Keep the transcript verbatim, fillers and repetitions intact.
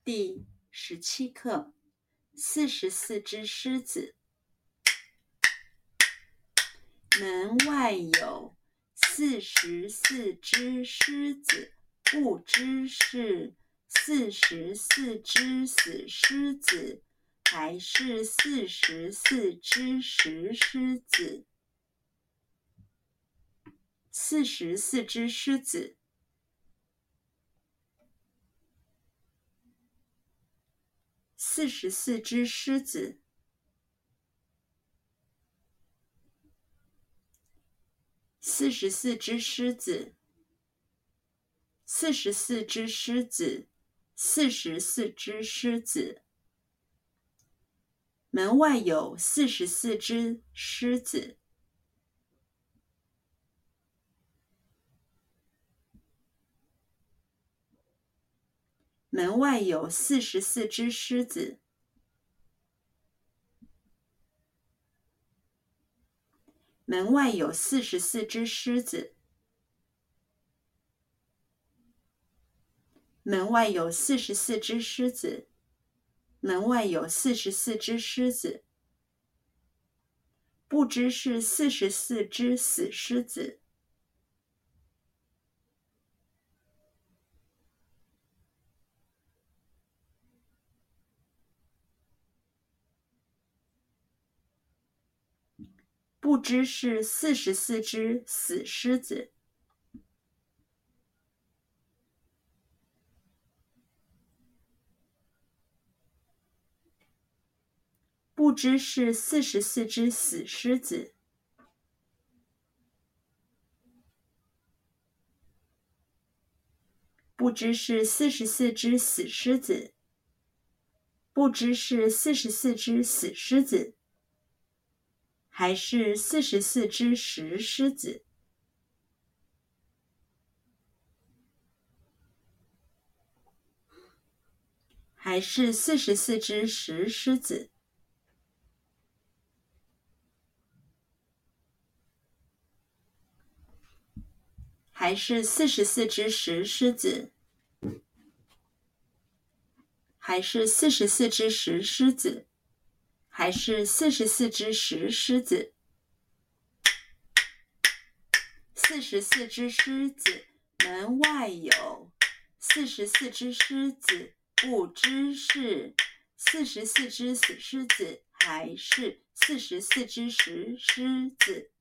第十七课，四十四只狮子。门外有四十四只狮子，不知是四十四只死狮子，还是四十四只石狮子。四十四只狮子，四十四只狮子，四十四只狮子，四十四只狮子，四十四只狮子。门外有四十四只狮子。门外有四十四只狮子。门外有四十四只狮子。门外有四十四只狮子。门外有四十四只狮子。不知是四十四只死狮子。不知是四十四只死狮子。不知是四十四只死狮子。不知是四十四只死狮子。不知是四十四只死狮子，还是四十四只石狮子。还是四十四只石狮子。还是四十四只石狮子。还是四十四只石狮子。还是四十四只石狮子。四十四只狮子，门外有四十四只狮子，不知是四十四只死狮子，还是四十四只石狮子。